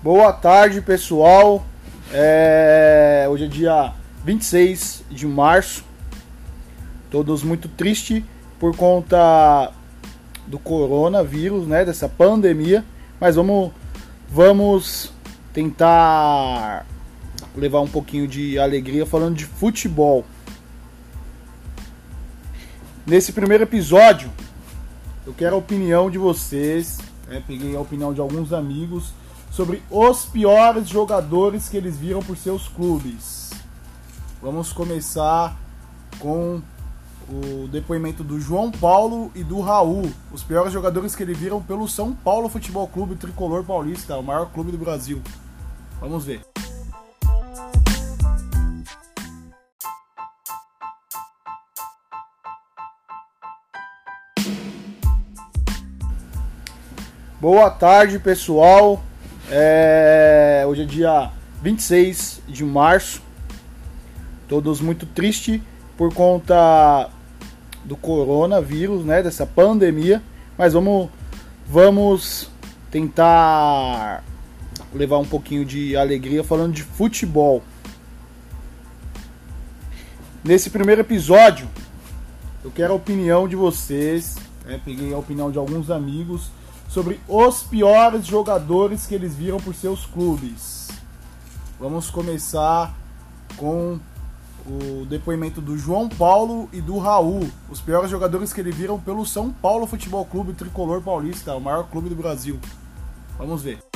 Boa tarde, pessoal. Hoje é dia 26 de março. Todos muito tristes por conta do coronavírus, né? Dessa pandemia. Mas vamos tentar levar um pouquinho de alegria falando de futebol. Nesse primeiro episódio, eu quero a opinião de vocês. Peguei a opinião de alguns amigos sobre os piores jogadores que eles viram por seus clubes. Vamos começar com o depoimento do João Paulo e do Raul, os piores jogadores que eles viram pelo São Paulo Futebol Clube Tricolor Paulista, o maior clube do Brasil. Vamos ver. Boa tarde, pessoal. Hoje é dia 26 de março. Todos muito tristes por conta do coronavírus, né? Dessa pandemia. Mas vamos tentar levar um pouquinho de alegria falando de futebol. Nesse primeiro episódio, eu quero a opinião de vocês. Peguei a opinião de alguns amigos sobre os piores jogadores que eles viram por seus clubes. Vamos começar com o depoimento do João Paulo e do Raul, os piores jogadores que eles viram pelo São Paulo Futebol Clube Tricolor Paulista, o maior clube do Brasil. Vamos ver.